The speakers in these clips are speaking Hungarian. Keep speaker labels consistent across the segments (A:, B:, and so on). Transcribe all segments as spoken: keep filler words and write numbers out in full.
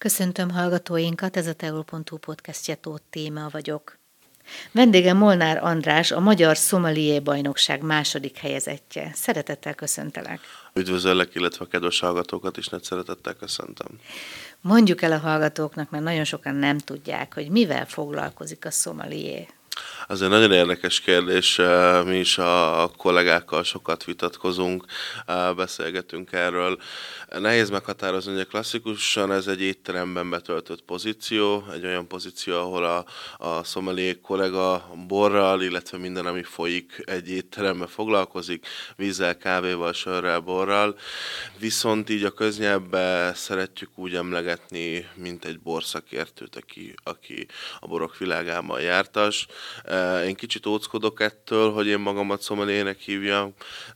A: Köszöntöm hallgatóinkat, ez a teol pont hu podcastje, Tóth Téma vagyok. Vendégem Molnár András, a Magyar Sommelier Bajnokság második helyezettje. Szeretettel köszöntelek.
B: Üdvözöllek, illetve a kedves hallgatókat is nagy szeretettel köszöntöm.
A: Mondjuk el a hallgatóknak, mert nagyon sokan nem tudják, hogy mivel foglalkozik a sommelier.
B: Az egy nagyon érdekes kérdés, mi is a kollégákkal sokat vitatkozunk, beszélgetünk erről. Nehéz meghatározni, hogy klasszikusan ez egy étteremben betöltött pozíció, egy olyan pozíció, ahol a, a sommelier kollega borral, illetve minden, ami folyik egy étteremben foglalkozik, vízzel, kávéval, sörrel, borral. Viszont így a köznyelvben szeretjük úgy emlegetni, mint egy borszakértőt, aki, aki a borok világában jártas. Én kicsit óckodok ettől, hogy én magamat szommeliernek hívjam,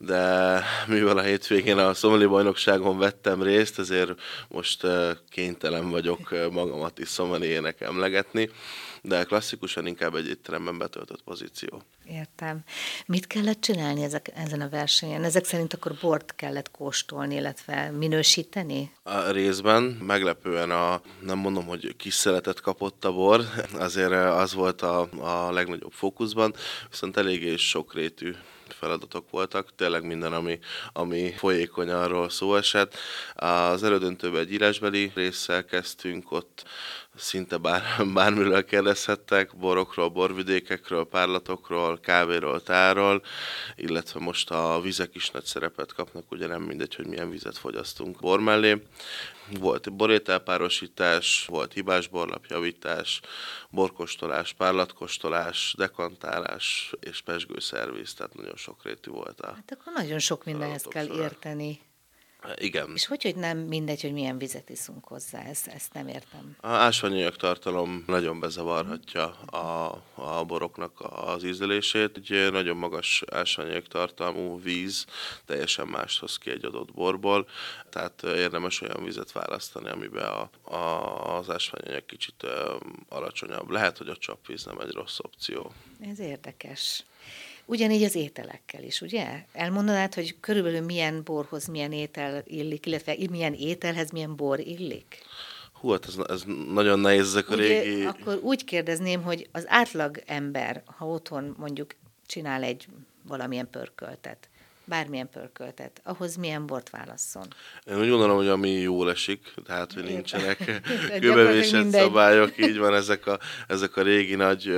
B: de mivel a hétvégén a sommelier bajnokságon vettem részt, ezért most kénytelen vagyok magamat is szommeliernek emlegetni, de klasszikusan inkább egy étteremben betöltött pozíció.
A: Értem. Mit kellett csinálni ezek, ezen a versenyen? Ezek szerint akkor bort kellett kóstolni, illetve minősíteni?
B: A részben meglepően a, nem mondom, hogy kis szeletet kapott a bor, azért az volt a, a legnagyobb fókuszban, viszont eléggé sokrétű feladatok voltak, tényleg minden, ami, ami folyékony, arról szó esett. Az elődöntőben egy írásbeli résszel kezdtünk, ott szinte bár, bármiről kérdezhettek, borokról, borvidékekről, párlatokról, kávéról, tárról, illetve most a vizek is nagy szerepet kapnak, ugye nem mindegy, hogy milyen vizet fogyasztunk bor mellé. Volt borételpárosítás, volt hibás borlapjavítás, borkostolás, párlatkostolás, dekantálás és pezsgőszerviz, tehát nagyon sokrétű volt a...
A: Hát akkor nagyon sok mindenhez kell során érteni.
B: Igen.
A: És hogy, hogy nem mindegy, hogy milyen vizet iszunk hozzá, ezt, ezt nem értem.
B: A ásványanyag tartalom nagyon bezavarhatja a, a boroknak az ízlelését. Egy nagyon magas ásványanyag tartalmú víz teljesen mást hoz ki egy adott borból, tehát érdemes olyan vizet választani, amiben a, a, az ásványanyag kicsit alacsonyabb. Lehet, hogy a csapvíz nem egy rossz opció.
A: Ez érdekes. Ugyanígy az ételekkel is, ugye? Elmondanád, hogy körülbelül milyen borhoz milyen étel illik, illetve milyen ételhez milyen bor illik?
B: Hú, hát ez, ez nagyon nehéz, ezek a
A: ugye,
B: régi...
A: Akkor úgy kérdezném, hogy az átlag ember, ha otthon mondjuk csinál egy valamilyen pörköltet, bármilyen pörköltet, ahhoz milyen bort válasszon?
B: Én úgy gondolom, hogy ami jól esik, tehát hogy nincsenek kőbevésett szabályok, így van, ezek a, ezek a régi nagy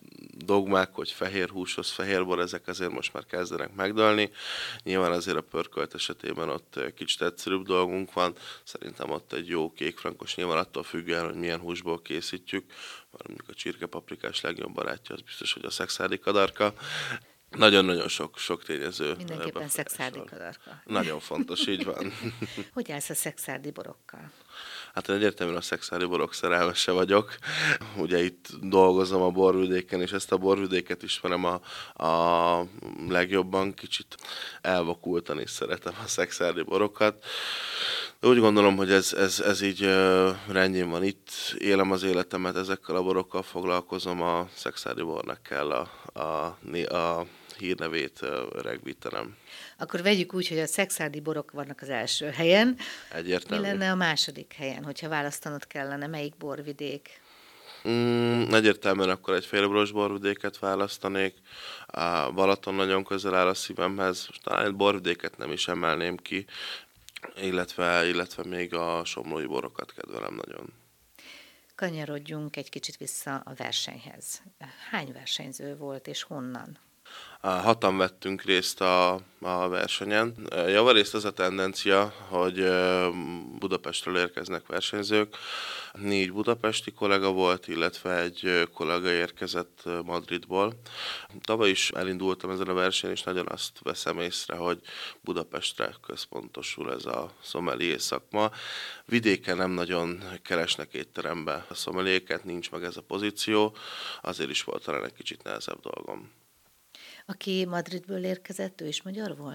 B: dogmák, hogy fehér húshoz fehér bor, ezek azért most már kezdenek megdalni. Nyilván azért a pörkölt esetében ott kicsit egyszerűbb dolgunk van. Szerintem ott egy jó kékfrankos, nyilván attól függően, hogy milyen húsból készítjük. Mondjuk a csirkepaprikás legjobb barátja, az biztos, hogy a szekszárdi kadarka. Nagyon-nagyon sok, sok tényező.
A: Mindenképpen szekszárdi kadarka.
B: Nagyon fontos, így van.
A: Hogy állsz a szekszárdi borokkal?
B: Hát én egyértelműen a szekszárdi borok szerelmese vagyok. Ugye itt dolgozom a borvidéken, és ezt a borvidéket ismerem a, a legjobban. Kicsit elvakultan is szeretem a szekszárdi borokat. De úgy gondolom, hogy ez, ez, ez így uh, rendjén van. Itt élem az életemet, ezekkel a borokkal foglalkozom, a szekszárdi bornak kell a, a, a hírnevét uh, öregbítenem.
A: Akkor vegyük úgy, hogy a szekszárdi borok vannak az első helyen.
B: Egyértelmű.
A: Mi lenne a második helyen, hogyha választanod kellene, melyik borvidék?
B: Mm, egyértelműen akkor egy félboros borvidéket választanék. A Balaton nagyon közel áll a szívemhez, most talán egy borvidéket nem is emelném ki, illetve, illetve még a somlói borokat kedvelem nagyon.
A: Kanyarodjunk egy kicsit vissza a versenyhez. Hány versenyző volt és honnan?
B: Hatan vettünk részt a, a versenyen. Javarészt az a tendencia, hogy Budapestről érkeznek versenyzők. Négy budapesti kollega volt, illetve egy kollega érkezett Madridból. Tavaly is elindultam ezen a versenyen, és nagyon azt veszem észre, hogy Budapestre központosul ez a sommelier szakma. Vidéken nem nagyon keresnek étterembe a sommeliereket, nincs meg ez a pozíció, azért is volt talán egy kicsit nehezebb dolgom.
A: Aki Madridből érkezett, ő is magyar volt?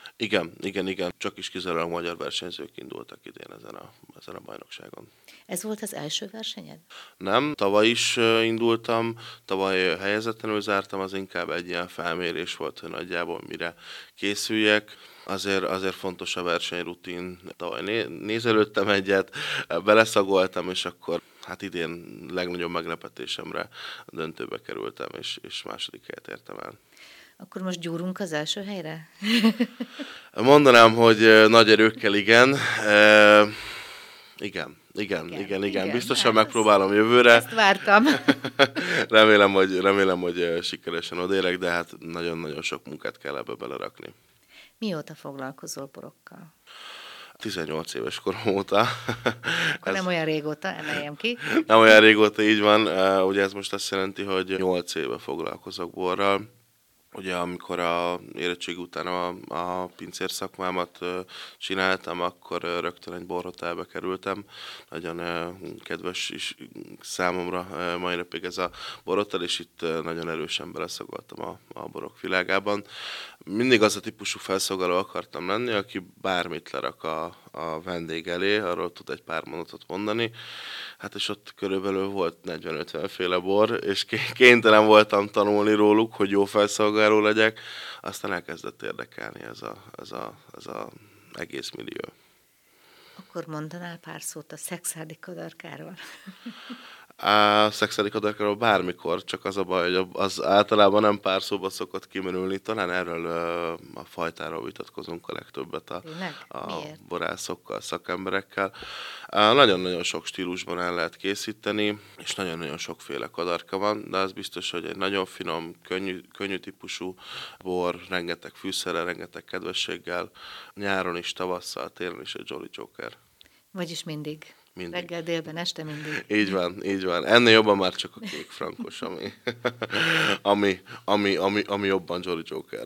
B: Igen, igen, igen. Csak is kizárólag magyar versenyzők indultak idén ezen a, ezen a bajnokságon.
A: Ez volt az első versenyed?
B: Nem, tavaly is ö, indultam, tavaly helyezetlenül zártam, az inkább egy ilyen felmérés volt, hogy nagyjából mire készüljek. Azért, azért fontos a versenyrutin. Tavaly né, nézelődtem egyet, beleszagoltam, és akkor hát idén legnagyobb meglepetésemre a döntőbe kerültem, és, és második helyet értem el.
A: Akkor most gyúrunk az első helyre?
B: Mondanám, hogy ö, nagy erőkkel igen. E, igen. Igen, igen, igen, igen. Biztosan
A: hát
B: megpróbálom jövőre.
A: Ezt vártam.
B: remélem, hogy, remélem, hogy sikeresen odérek, de hát nagyon-nagyon sok munkát kell ebbe belerakni.
A: Mióta foglalkozol borokkal?
B: tizennyolc éves korom óta.
A: Akkor nem olyan régóta, emeljem ki.
B: Nem olyan régóta, így van. Ugye ez most azt jelenti, hogy nyolc éve foglalkozok borral. Ugye amikor a érettség után a, a pincér szakmámat csináltam, akkor rögtön egy borhotelbe kerültem. Nagyon kedves is számomra mai napig ez a borhotel, és itt nagyon erősen beleszagoltam a, a borok világában. Mindig az a típusú felszolgáló akartam lenni, aki bármit lerak a, a vendég elé, arról tud egy pár mondatot mondani. Hát és ott körülbelül volt negyven-ötven féle bor, és kénytelen voltam tanulni róluk, hogy jó felszolgáló legyek. Aztán elkezdett érdekelni ez a, ez a, ez a egész millió.
A: Akkor mondanál pár szót a Szekszárdi Kadarkáról?
B: A Szekszárdi Kadarkáról bármikor, csak az a baj, hogy az általában nem pár szóba szokott kimerülni. Talán erről a fajtáról vitatkozunk a legtöbbet a, a borászokkal, szakemberekkel. Nagyon-nagyon sok stílusban el lehet készíteni, és nagyon-nagyon sokféle kadarka van, de az biztos, hogy egy nagyon finom, könnyű, könnyű típusú bor, rengeteg fűszerrel, rengeteg kedvességgel, nyáron is, tavasszal, télen is egy Jolly Joker.
A: Vagyis mindig.
B: Mindig.
A: Reggel, délben, este mindig.
B: Így van, így van. Ennél jobban már csak a kék frankos, ami, ami, ami, ami, ami jobban Jolly Joker.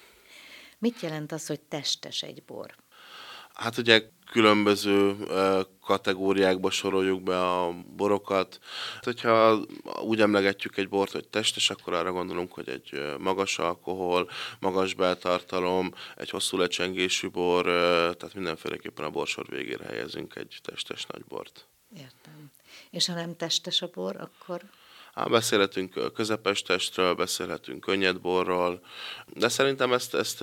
A: Mit jelent az, hogy testes egy bor?
B: Hát ugye különböző kategóriákba soroljuk be a borokat. Hát, hogyha úgy emlegetjük egy bort, hogy testes, akkor arra gondolunk, hogy egy magas alkohol, magas beltartalom, egy hosszú lecsengésű bor, tehát mindenféleképpen a borsor végére helyezünk egy testes nagy bort.
A: Értem. És ha nem testes a bor, akkor...
B: Á, beszélhetünk közepes testről, beszélhetünk könnyed borról, de szerintem ezt, ezt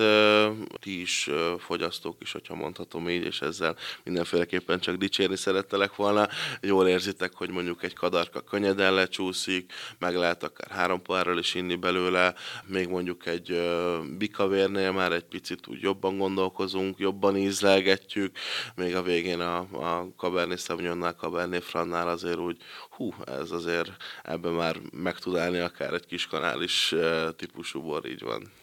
B: ti is fogyasztók is, hogyha mondhatom így, és ezzel mindenféleképpen csak dicsérni szerettelek volna. Jól érzitek, hogy mondjuk egy kadarka könnyeden lecsúszik, meg lehet akár három pohárral is inni belőle, még mondjuk egy bikavérnél már egy picit úgy jobban gondolkozunk, jobban ízlelgetjük, még a végén a, a Cabernet Sauvignonnál, Cabernet Francnál azért úgy, hú, ez azért ebben már meg tud állni akár egy kis kanális típusú bor, így van.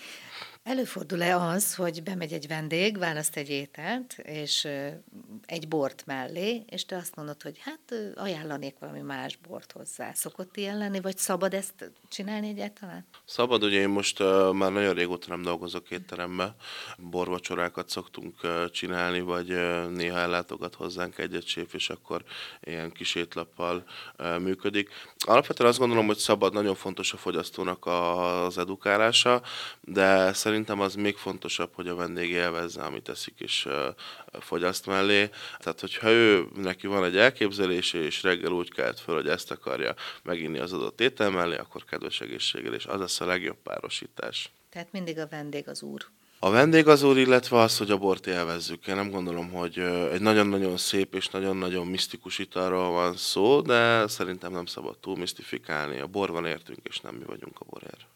A: Előfordul-e az, hogy bemegy egy vendég, választ egy ételt, és egy bort mellé, és te azt mondod, hogy hát ajánlanék valami más bort hozzá. Szokott ilyen lenni, vagy szabad ezt csinálni egyáltalán?
B: Szabad, ugye én most uh, már nagyon régóta nem dolgozok étteremben. Borvacsorákat szoktunk uh, csinálni, vagy uh, néha ellátogat hozzánk egy-egy séf, és akkor ilyen kis étlappal uh, működik. Alapvetően azt gondolom, hogy szabad, nagyon fontos a fogyasztónak az edukálása, de szerintem az még fontosabb, hogy a vendég élvezze, amit eszik, és uh, fogyaszt mellé. Tehát, hogyha ő, neki van egy elképzelése, és reggel úgy kelt föl, hogy ezt akarja meginni az adott étel mellé, akkor kedves egészséggel, és az lesz a legjobb párosítás.
A: Tehát mindig a vendég az úr.
B: A vendég az úr, illetve az, hogy a bort élvezzük. Én nem gondolom, hogy egy nagyon-nagyon szép és nagyon-nagyon misztikus italról van szó, de szerintem nem szabad túl misztifikálni. A bor van értünk, és nem mi vagyunk a borért.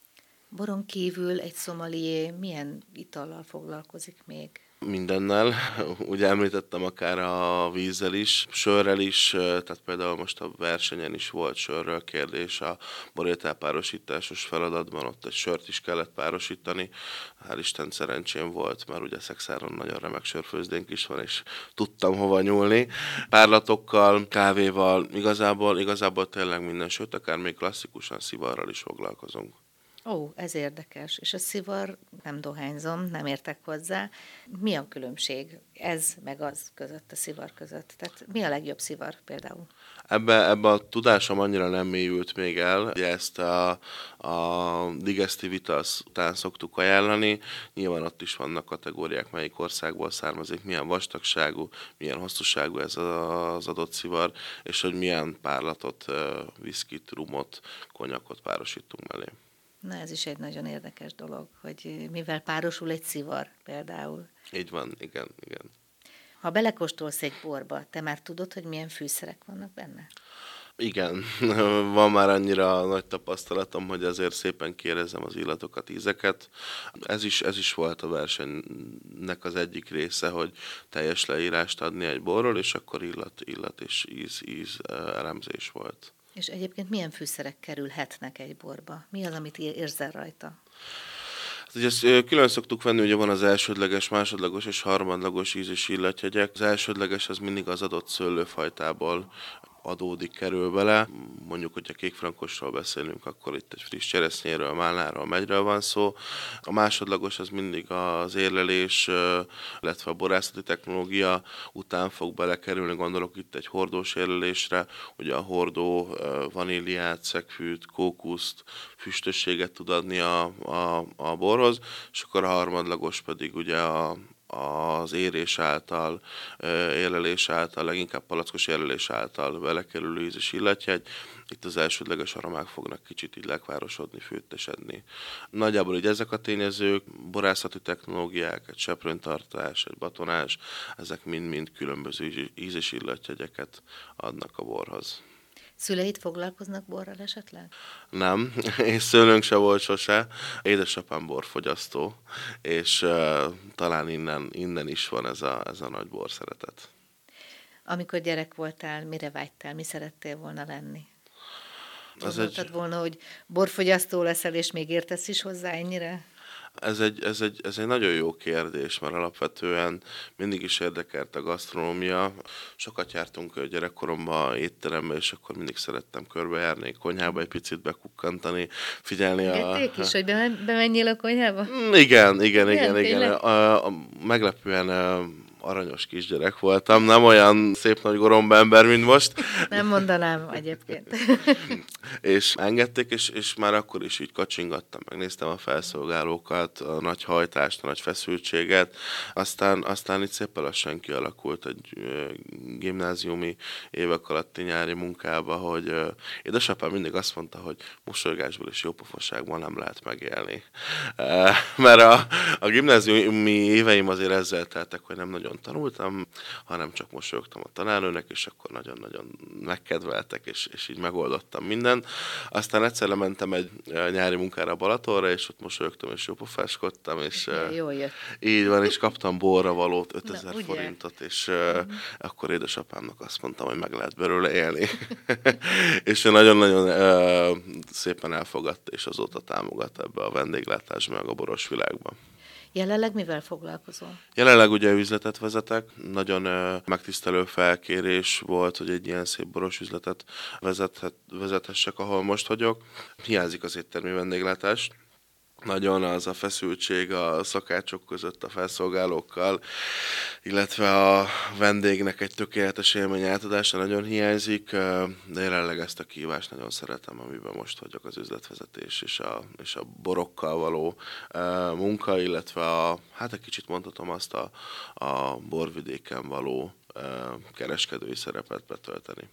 A: Boron kívül egy szomelié milyen itallal foglalkozik még?
B: Mindennel. Ugye említettem akár a vízzel is, sörrel is, tehát például most a versenyen is volt sörről kérdés, a borétel párosításos feladatban ott egy sört is kellett párosítani. Hál' Isten szerencsém volt, mert ugye Szekszáron nagyon remek sörfőzdénk is van, és tudtam hova nyúlni. Párlatokkal, kávéval, igazából, igazából tényleg minden, sőt, akár még klasszikusan szivarral is foglalkozunk.
A: Ó, ez érdekes. És a szivar, nem dohányzom, nem értek hozzá. Mi a különbség ez meg az között, a szivar között? Tehát mi a legjobb szivar például?
B: Ebbe, ebbe a tudásom annyira nem mélyült még el. Ugye ezt a, a Digestivitas után szoktuk ajánlani. Nyilván ott is vannak kategóriák, melyik országból származik, milyen vastagságú, milyen hosszúságú ez az adott szivar, és hogy milyen párlatot, viszkit, rumot, konyakot párosítunk mellé.
A: Na, ez is egy nagyon érdekes dolog, hogy mivel párosul egy szivar például.
B: Így van, igen, igen.
A: Ha belekóstolsz egy borba, te már tudod, hogy milyen fűszerek vannak benne?
B: Igen, van már annyira nagy tapasztalatom, hogy azért szépen kiérezem az illatokat, ízeket. Ez is, ez is volt a versenynek az egyik része, hogy teljes leírást adni egy borról, és akkor illat, illat és íz, íz elemzés volt.
A: És egyébként milyen fűszerek kerülhetnek egy borba? Mi az, amit érzel rajta?
B: Ugye ezt külön szoktuk venni, ugye van az elsődleges, másodlagos és harmadlagos íz- és illatjegyek. Az elsődleges az mindig az adott szőlőfajtából adódik, kerül bele. Mondjuk, hogyha kékfrankosról beszélünk, akkor itt egy friss cseresznyéről, málnáról, megyről van szó. A másodlagos az mindig az érlelés, illetve a borászati technológia után fog belekerülni, gondolok itt egy hordós érlelésre, ugye a hordó vaníliát, szegfűt, kókuszt, füstösséget tud adni a, a, a borhoz, és akkor a harmadlagos pedig ugye a az érés által, érlelés által, leginkább palackos érlelés által belekerülő íz és illatjegy. Itt az elsődleges aromák fognak kicsit így lekvárosodni, fűtösedni. Nagyjából így ezek a tényezők, borászati technológiák, egy seprőntartás, egy batonás, ezek mind-mind különböző íz és illatjegyeket adnak a borhoz.
A: Szüleid foglalkoznak borral esetleg?
B: Nem, és szőlőnk se volt sose. Édesapám borfogyasztó, és uh, talán innen, innen is van ez a, ez a nagy borszeretet.
A: Amikor gyerek voltál, mire vágytál, mi szerettél volna lenni? Gondoltad
B: egy...
A: volna, hogy borfogyasztó leszel, és még értesz is hozzá ennyire?
B: Ez egy, ez, egy, ez egy nagyon jó kérdés, mert alapvetően mindig is érdekelt a gasztronómia. Sokat jártunk gyerekkoromban étterembe, és akkor mindig szerettem körbejárni, konyhába egy picit bekukkantani, figyelni a...
A: Engedték is, hogy bemenjél a konyhába?
B: Igen, igen, igen, igen. igen. A, a, meglepően aranyos kisgyerek voltam, nem olyan szép nagy goromba ember, mint most.
A: Nem mondanám egyébként.
B: És engedték, és, és már akkor is így kacsingattam, megnéztem a felszolgálókat, a nagy hajtást, a nagy feszültséget. Aztán, aztán itt szépen lassan kialakult egy gimnáziumi évek alatti nyári munkába, hogy édesapám mindig azt mondta, hogy mosolygásból és jópofaságból nem lehet megélni. Mert a, a gimnáziumi éveim azért ezzel teltek, hogy nem nagyon tanultam, hanem csak mosolyogtam a tanárnőnek, és akkor nagyon-nagyon megkedveltek, és, és így megoldottam mindent. Aztán egyszer lementem egy nyári munkára Balatonra, és ott mosolyogtam, és jópofáskodtam, és
A: jól jött.
B: Így van, és kaptam borra valót, ötezer
A: Na,
B: forintot, és uh, akkor édesapámnak azt mondtam, hogy meg lehet belőle élni. És ő nagyon-nagyon uh, szépen elfogadta, és azóta támogat ebbe a vendéglátásba, meg a boros világban.
A: Jelenleg mivel foglalkozol?
B: Jelenleg ugye üzletet vezetek, nagyon uh, megtisztelő felkérés volt, hogy egy ilyen szép boros üzletet vezethet, vezethessek, ahol most vagyok. Hiányzik az éttermi vendéglátás. Nagyon az a feszültség a szakácsok között, a felszolgálókkal, illetve a vendégnek egy tökéletes élmény átadása nagyon hiányzik, de jelenleg ezt a kihívást nagyon szeretem, amiben most vagyok, az üzletvezetés és a, és a borokkal való munka, illetve a, hát egy kicsit mondhatom azt a, a borvidéken való kereskedői szerepet betölteni.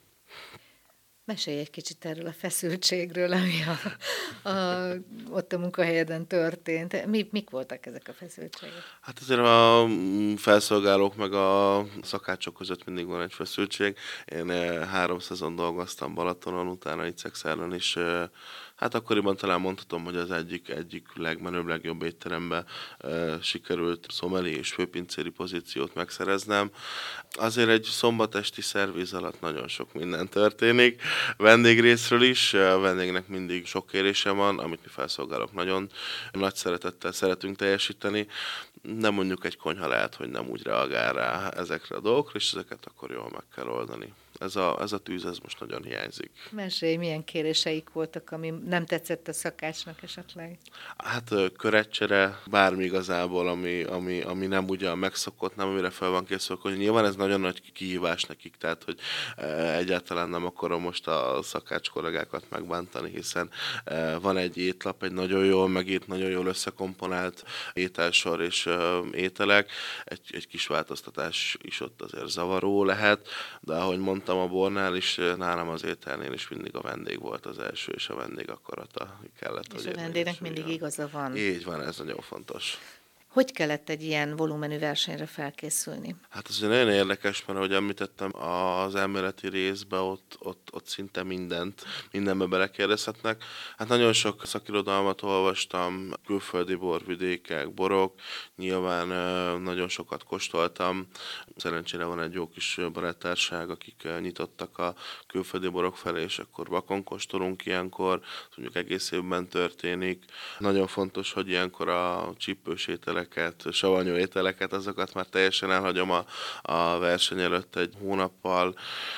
A: Mesélj egy kicsit erről a feszültségről, ami a, a, ott a munkahelyeden történt. Mi, mik voltak ezek a feszültségek?
B: Hát azért a felszolgálók meg a szakácsok között mindig van egy feszültség. Én három szezon dolgoztam Balatonon, utána itt Szexárdon is. Hát akkoriban talán mondhatom, hogy az egyik, egyik legmenőbb, legjobb étterembe e, sikerült szomeli és főpincéri pozíciót megszereznem. Azért egy szombatesti szerviz alatt nagyon sok minden történik. Vendégrészről is, a vendégnek mindig sok kérése van, amit mi felszolgálók nagyon nagy szeretettel szeretünk teljesíteni. De mondjuk egy konyha lehet, hogy nem úgy reagál rá ezekre a dolgokra, és ezeket akkor jól meg kell oldani. ez a, ez a tűz, ez most nagyon hiányzik.
A: Mesélj, milyen kéréseik voltak, ami nem tetszett a szakácsnak esetleg?
B: Hát ö, köretcsere, bármi igazából, ami, ami, ami nem ugyan megszokott, nem amire fel van készülve, hogy nyilván ez nagyon nagy kihívás nekik, tehát hogy e, egyáltalán nem akarom most a szakács kollégákat megbántani, hiszen e, van egy étlap, egy nagyon jól megírt, nagyon jól összekomponált ételsor és e, ételek, egy, egy kis változtatás is ott azért zavaró lehet, de ahogy mondtam a bornál is, nálam az ételnél is mindig a vendég volt az első, és a vendég akarata kellett,
A: És
B: hogy
A: a vendégnek mindig
B: érvényesüljön.
A: igaza van.
B: Így van, ez nagyon fontos.
A: Hogy kellett egy ilyen volumenű versenyre felkészülni?
B: Hát ez nagyon érdekes, mert ahogy említettem, az elméleti részben ott, ott, ott szinte mindent, mindenbe belekérdezhetnek. Hát nagyon sok szakirodalmat olvastam, külföldi borvidékek, borok, nyilván ö, nagyon sokat kóstoltam. Szerencsére van egy jó kis baráttárság, akik ö, nyitottak a külföldi borok felé, és akkor vakon kóstolunk ilyenkor, mondjuk egész évben történik. Nagyon fontos, hogy ilyenkor a csípős ételeket, savanyú ételeket, azokat már teljesen elhagyom a, a verseny előtt egy hónappal.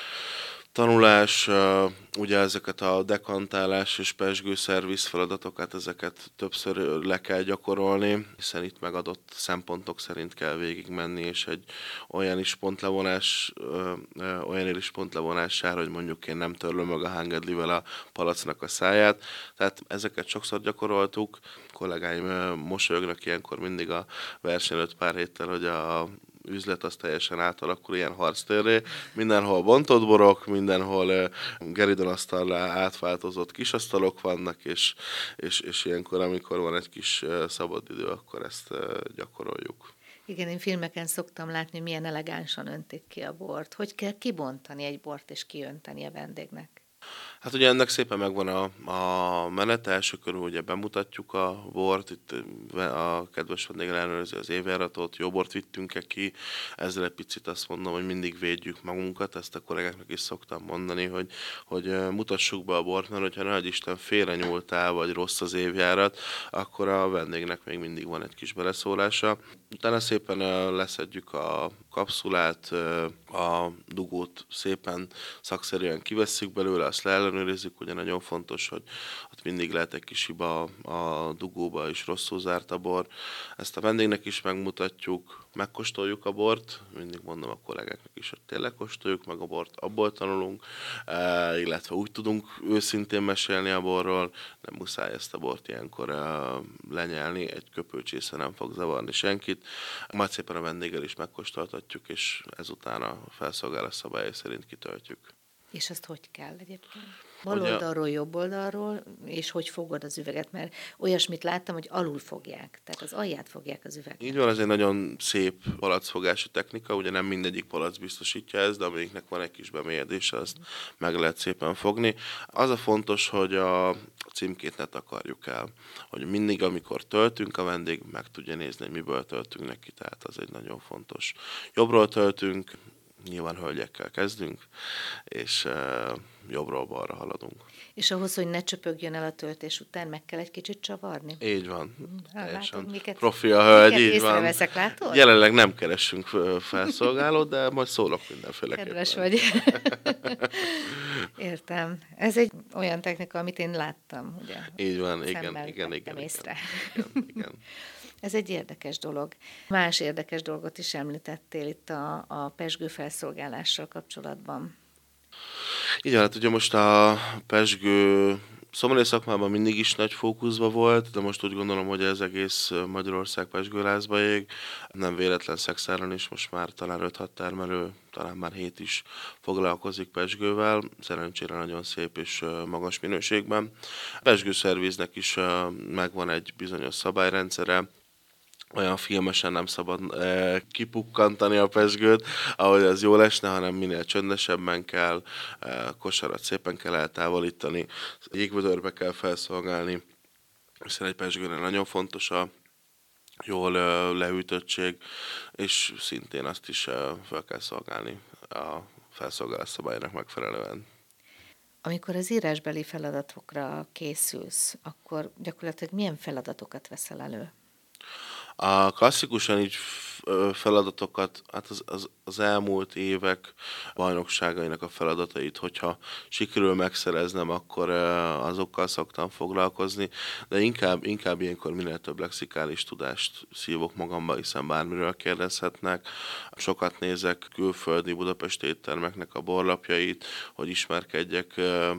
B: Tanulás, ö, ugye ezeket a dekantálás és pezsgő szerviz feladatokat, ezeket többször le kell gyakorolni, hiszen itt megadott szempontok szerint kell végigmenni, és egy olyan is pontlevonás, ö, ö, olyan is pontlevonására, hogy mondjuk én nem törlöm meg a hangedlivel a palacnak a száját. Tehát ezeket sokszor gyakoroltuk. Kollégáim ö, mosolyognak ilyenkor mindig a verseny előtt pár héttel, hogy a üzlet az teljesen átalakul ilyen harctérré. Mindenhol bontott borok, mindenhol uh, geridonasztallá átváltozott kisasztalok vannak, és, és, és ilyenkor, amikor van egy kis uh, szabadidő, akkor ezt uh, gyakoroljuk.
A: Igen, én filmeken szoktam látni, hogy milyen elegánsan öntik ki a bort. Hogy kell kibontani egy bort és kiönteni a vendégnek?
B: Hát ugye ennek szépen megvan a, a menete, első körül ugye bemutatjuk a bort, itt a kedves vendég ellenőrzi az évjáratot, jó bort vittünk-e ki, ezzel egy picit azt mondom, hogy mindig védjük magunkat, ezt a kollégáknak is szoktam mondani, hogy, hogy mutassuk be a bort, mert hogyha nagy Isten félre nyúltál, vagy rossz az évjárat, akkor a vendégnek még mindig van egy kis beleszólása. Utána szépen leszedjük a kapszulát, a dugót szépen szakszerűen kivesszük belőle, azt leellenőrizzük, ugye nagyon fontos, hogy ott mindig lehet egy kis hiba a dugóba, és rosszul zárt a bor. Ezt a vendégnek is megmutatjuk, megkóstoljuk a bort, mindig mondom a kollégáknak is, hogy tényleg kóstoljuk meg a bort, abból tanulunk, illetve úgy tudunk őszintén mesélni a borról, nem muszáj ezt a bort ilyenkor lenyelni, egy köpőcsésze nem fog zavarni senkit. Majd szépen a vendéggel is megkóstoltatjuk, és ezután a felszolgálás szabályai szerint kitöltjük.
A: És azt hogy kell egyébként? Bal oldalról, jobb oldalról, és hogy fogod az üveget? Mert olyasmit láttam, hogy alul fogják, tehát az alját fogják az üvegnek.
B: Így van, ez egy nagyon szép palacfogási technika, ugye nem mindegyik palac biztosítja ezt, de amiknek van egy kis bemélyedése, azt mm. meg lehet szépen fogni. Az a fontos, hogy a címkét ne takarjuk el, hogy mindig, amikor töltünk, a vendég meg tudja nézni, hogy miből töltünk neki, tehát az egy nagyon fontos. Jobbról töltünk, nyilván hölgyekkel kezdünk, és uh, jobbról balra haladunk.
A: És ahhoz, hogy ne csöpögjön el a töltés után, meg kell egy kicsit csavarni?
B: Így van.
A: Há, látod, miket,
B: profi a hölgy,
A: miket
B: így van.
A: Veszek, látod?
B: Jelenleg nem keresünk felszolgálót, de majd szólok mindenféleképpen.
A: Kedves vagy. Értem. Ez egy olyan technika, amit én láttam, ugye?
B: Így van, igen, igen, igen, igen,
A: észre.
B: igen, igen.
A: Ez egy érdekes dolog. Más érdekes dolgot is említettél itt a, a pezsgő felszolgálással kapcsolatban.
B: Igen, hát ugye most a pezsgő szomelié szakmában mindig is nagy fókuszban volt, de most úgy gondolom, hogy ez egész Magyarország pezsgőlázba ég. Nem véletlen Szexáron is most már talán öt-hat termelő, talán már hét is foglalkozik pezsgővel. Szerencsére nagyon szép és magas minőségben. A pezsgőszerviznek is megvan egy bizonyos szabályrendszere, olyan filmesen nem szabad e, kipukkantani a pezsgőt, ahogy az jól esne, hanem minél csöndesebben kell, e, kosarat szépen kell eltávolítani, jégvödörbe kell felszolgálni, hiszen egy pezsgőnél nagyon fontos a jól e, leütöttség, és szintén azt is e, fel kell szolgálni a felszolgálás szabálynak megfelelően.
A: Amikor az írásbeli feladatokra készülsz, akkor gyakorlatilag milyen feladatokat veszel elő?
B: A klasszikusan így feladatokat, hát az, az, az elmúlt évek bajnokságainak a feladatait, hogyha sikerül megszereznem, akkor azokkal szoktam foglalkozni, de inkább, inkább ilyenkor minél több lexikális tudást szívok magamba, hiszen bármiről kérdezhetnek. Sokat nézek külföldi budapesti éttermeknek a borlapjait, hogy ismerkedjek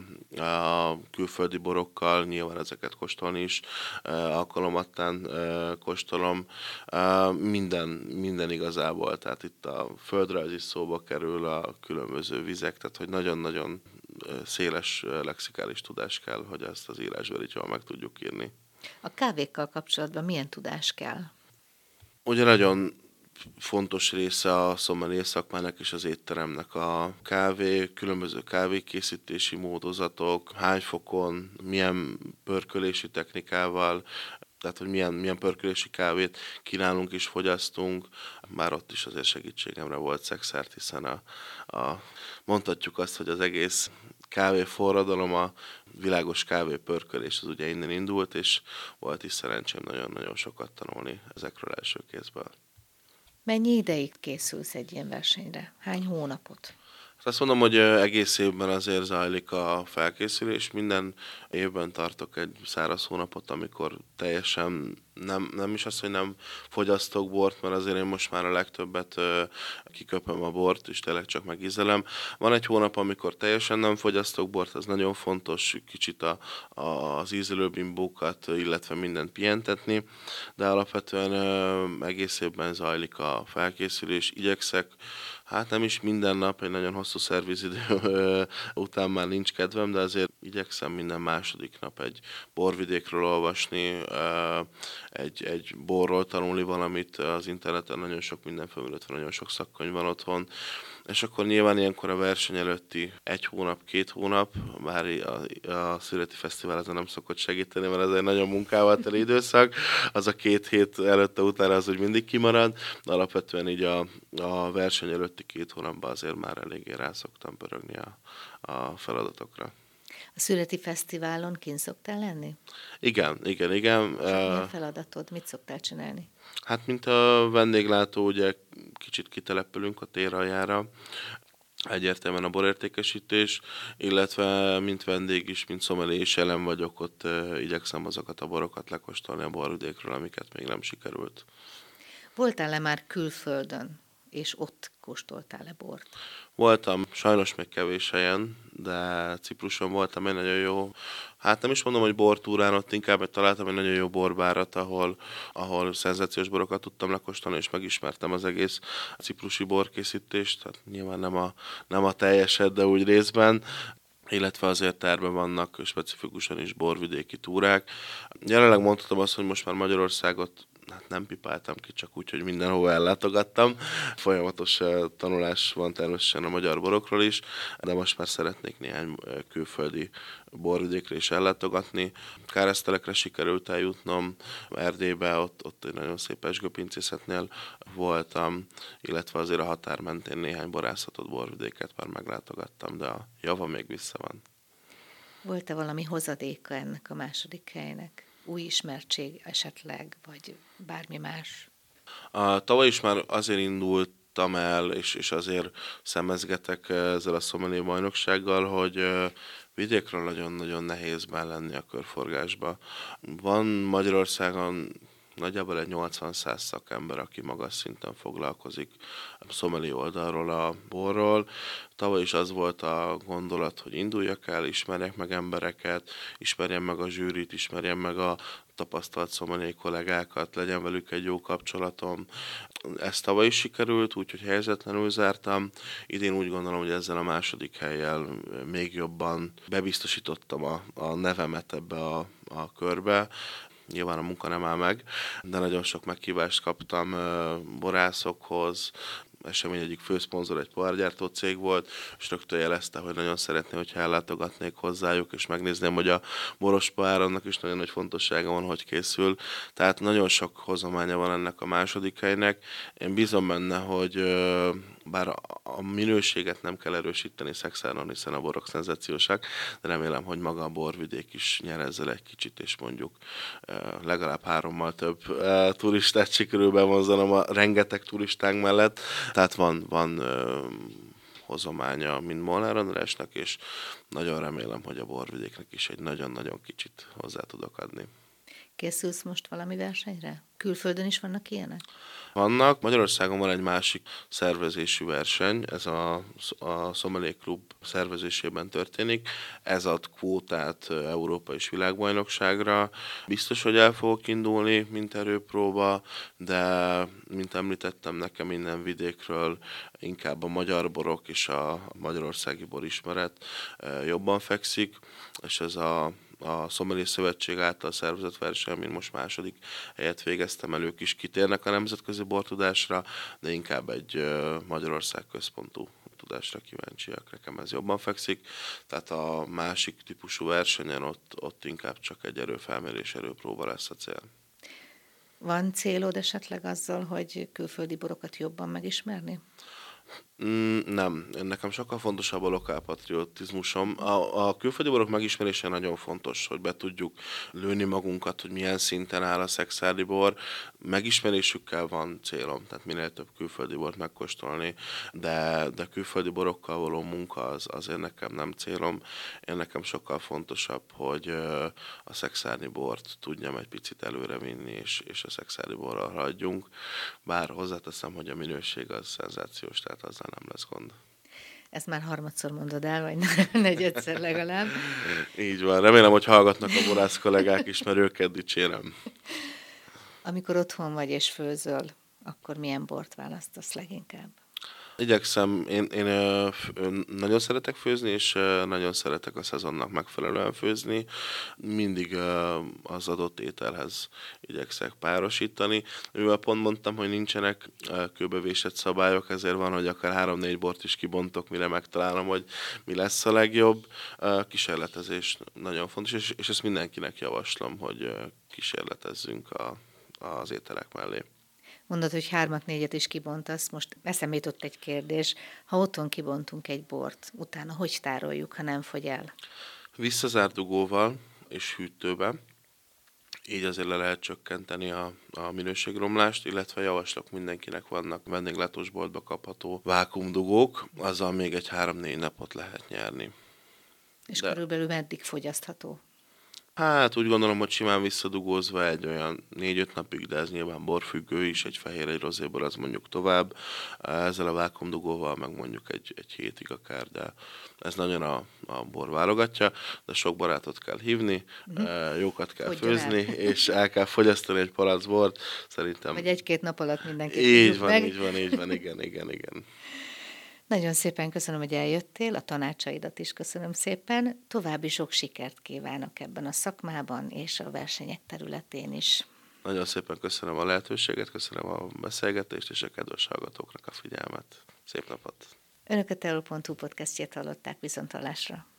B: a külföldi borokkal, nyilván ezeket kóstolni is alkalomattán kóstolom. Minden, minden igazából, tehát itt a földrajz is szóba kerül, a különböző vizek, tehát hogy nagyon-nagyon széles lexikális tudás kell, hogy ezt az írásbelit jól meg tudjuk írni.
A: A kávékkal kapcsolatban milyen tudás kell?
B: Ugye nagyon fontos része a sommelier szakmának és az étteremnek a kávé, különböző kávékészítési módozatok, hány fokon, milyen pörkölési technikával, tehát hogy milyen, milyen pörkölési kávét kínálunk és fogyasztunk. Már ott is azért segítségemre volt szexert, hiszen a, a, mondhatjuk azt, hogy az egész kávéforradalom, a világos kávépörkölés az ugye innen indult, és volt is szerencsém nagyon-nagyon sokat tanulni ezekről első kézből.
A: Mennyi ideig készülsz egy ilyen versenyre? Hány hónapot?
B: Azt mondom, hogy egész évben azért zajlik a felkészülés. Minden évben tartok egy száraz hónapot, amikor teljesen nem, nem is az, hogy nem fogyasztok bort, mert azért én most már a legtöbbet kiköpöm a bort, és tényleg csak megízelem. Van egy hónap, amikor teljesen nem fogyasztok bort, ez nagyon fontos, kicsit a, a, az ízelőbimbókat, illetve mindent pihentetni, de alapvetően egész évben zajlik a felkészülés. Igyekszek, hát nem is minden nap, egy nagyon hosszú szervizidő után már nincs kedvem, de azért igyekszem minden második nap egy borvidékről olvasni, egy, egy borról tanulni valamit az interneten, nagyon sok minden felülött, nagyon sok szakkönyv van otthon, és akkor nyilván ilyenkor a verseny előtti egy hónap, két hónap, bár a, a Szüreti Fesztivál ezen nem szokott segíteni, mert ez egy nagyon munkával teli időszak, az a két hét előtte, utána az úgy mindig kimarad, de alapvetően így a, a verseny előtti két hónapban azért már eléggé rá szoktam pörögni a, a feladatokra.
A: A Szüreti Fesztiválon kint szoktál lenni?
B: Igen, igen, igen.
A: Mi a feladatod? Mit szoktál csinálni?
B: Hát, mint a vendéglátó, ugye kicsit kitelepülünk a tér aljára, egyértelműen a borértékesítés, illetve mint vendég is, mint sommelier is jelen vagyok, ott igyekszem azokat a borokat lekóstolni a borvidékről, amiket még nem sikerült.
A: Voltál-e már külföldön, és ott kóstoltál-e bort?
B: Voltam, sajnos még kevés helyen, de Cipruson voltam egy nagyon jó, hát nem is mondom, hogy bortúrán, ott inkább találtam egy nagyon jó borbárat, ahol, ahol szenzációs borokat tudtam lekóstolni, és megismertem az egész ciprusi borkészítést, tehát nyilván nem a, nem a teljeset, de úgy részben, illetve azért terve vannak specifikusan is borvidéki túrák. Jelenleg mondhatom azt, hogy most már Magyarországot hát nem pipáltam ki, csak úgy, hogy mindenhova ellátogattam. Folyamatos tanulás van természetesen a magyar borokról is, de most már szeretnék néhány külföldi borvidékre is ellátogatni. Káresztelekre sikerült eljutnom, Erdélybe, ott, ott egy nagyon szép esgőpincészetnél voltam, illetve azért a határ mentén néhány borászatot, borvidéket már meglátogattam, de a java még vissza van.
A: Volt-e valami hozadéka ennek a második helynek? Új ismertség esetleg, vagy bármi más?
B: A, tavaly is már azért indultam el, és, és azért szemezgetek ezzel a sommelier bajnoksággal, hogy vidékről nagyon-nagyon nehéz lenni a körforgásba. Van Magyarországon nagyjából egy nyolcvan-száz szakember, aki magas szinten foglalkozik sommelier oldalról a borról. Tavaly is az volt a gondolat, hogy induljak el, ismerjek meg embereket, ismerjem meg a zsűrit, ismerjem meg a tapasztalt sommelier kollégákat, legyen velük egy jó kapcsolatom. Ez tavaly is sikerült, úgyhogy helyzetlenül zártam. Idén úgy gondolom, hogy ezzel a második hellyel még jobban bebiztosítottam a, a nevemet ebbe a, a körbe. Nyilván a munka nem áll meg, de nagyon sok meghívást kaptam borászokhoz. Esemény egyik főszponzor egy poárgyártó cég volt, és rögtön jelezte, hogy nagyon szeretné, hogyha ellátogatnék hozzájuk, és megnézném, hogy a boros pohár, annak is nagyon nagy fontossága van, hogy készül. Tehát nagyon sok hozománya van ennek a második helynek. Én bízom benne, hogy bár a, a minőséget nem kell erősíteni Szexárdon, hiszen a borok szenzációsak, de remélem, hogy maga a borvidék is nyer ezzel egy kicsit, és mondjuk legalább hárommal több turistát sikerül bevonzanom a rengeteg turistánk mellett. Tehát van, van hozománya, mint Molnár Andrásnak, és nagyon remélem, hogy a borvidéknek is egy nagyon-nagyon kicsit hozzá tudok adni.
A: Készülsz most valami versenyre? Külföldön is vannak ilyenek?
B: Vannak. Magyarországon van egy másik szervezésű verseny, ez a, a Sommelier Klub szervezésében történik. Ez ad kvótát Európa és világbajnokságra. Biztos, hogy el fogok indulni, mint erőpróba, de mint említettem, nekem minden vidékről inkább a magyar borok és a magyarországi borismeret jobban fekszik, és ez a a Sommelier Szövetség által szervezett verseny, amin most második helyet végeztem el, ők is kitérnek a nemzetközi bortudásra, de inkább egy Magyarország központú tudásra kíváncsiak, nekem ez jobban fekszik. Tehát a másik típusú versenyen ott, ott inkább csak egy erőfelmérés, erőpróba lesz a cél.
A: Van célod esetleg azzal, hogy külföldi borokat jobban megismerni?
B: Mm, nem, nekem sokkal fontosabb a lokálpatriotizmusom. A, a külföldi borok megismerése nagyon fontos, hogy be tudjuk lőni magunkat, hogy milyen szinten áll a szexárdi bor. Megismerésükkel van célom, tehát minél több külföldi bort megkóstolni, de, de külföldi borokkal való munka az, azért nekem nem célom. Én nekem sokkal fontosabb, hogy a szexárdi bort tudjam egy picit előrevinni, és, és a szexárdi borral haladjunk. Bár hozzáteszem, hogy a minőség az szenzációs, tehát azzal nem lesz gond.
A: Ezt már harmadszor mondod el, vagy negyedszer legalább.
B: Így van. Remélem, hogy hallgatnak a borász kollégák is, mert őket dicsérem.
A: Amikor otthon vagy és főzöl, akkor milyen bort választasz leginkább?
B: Igyekszem, én, én ö, nagyon szeretek főzni, és ö, nagyon szeretek a szezonnak megfelelően főzni. Mindig ö, az adott ételhez igyekszek párosítani. Mivel pont mondtam, hogy nincsenek ö, kőbevésett szabályok, ezért van, hogy akár három-négy bort is kibontok, mire megtalálom, hogy mi lesz a legjobb. Ö, kísérletezés nagyon fontos, és, és ezt mindenkinek javaslom, hogy ö, kísérletezzünk a, az ételek mellé.
A: Mondod, hogy hármat, négyet is kibontasz. Most eszembe jutott egy kérdés. Ha otthon kibontunk egy bort, utána hogy tároljuk, ha nem fogy el?
B: Visszazárt dugóval és hűtőben. Így azért le lehet csökkenteni a, a minőségromlást, illetve javaslok mindenkinek, vannak vendéglátósboltba kapható vákuumdugók, azzal még egy három-négy napot lehet nyerni.
A: És
B: De...
A: körülbelül meddig fogyasztható?
B: Hát úgy gondolom, hogy simán visszadugózva egy olyan négy-öt napig, de ez nyilván borfüggő is, egy fehér, egy rozébor, az mondjuk tovább. Ezzel a vákuumdugóval meg mondjuk egy, egy hétig akár, de ez nagyon a, a bor válogatja, de sok barátot kell hívni, uh-huh. jókat kell Fogjon főzni, el. És el kell fogyasztani egy palack bort. Szerintem...
A: Vagy egy-két nap alatt mindenki.
B: Így van, meg. így van, így van, igen, igen, igen.
A: Nagyon szépen köszönöm, hogy eljöttél, a tanácsaidat is köszönöm szépen. További sok sikert kívánok ebben a szakmában és a versenyek területén is.
B: Nagyon szépen köszönöm a lehetőséget, köszönöm a beszélgetést és a kedves hallgatóknak a figyelmet. Szép napot!
A: Önök a teol pont hu podcastjét hallották, viszonthallásra.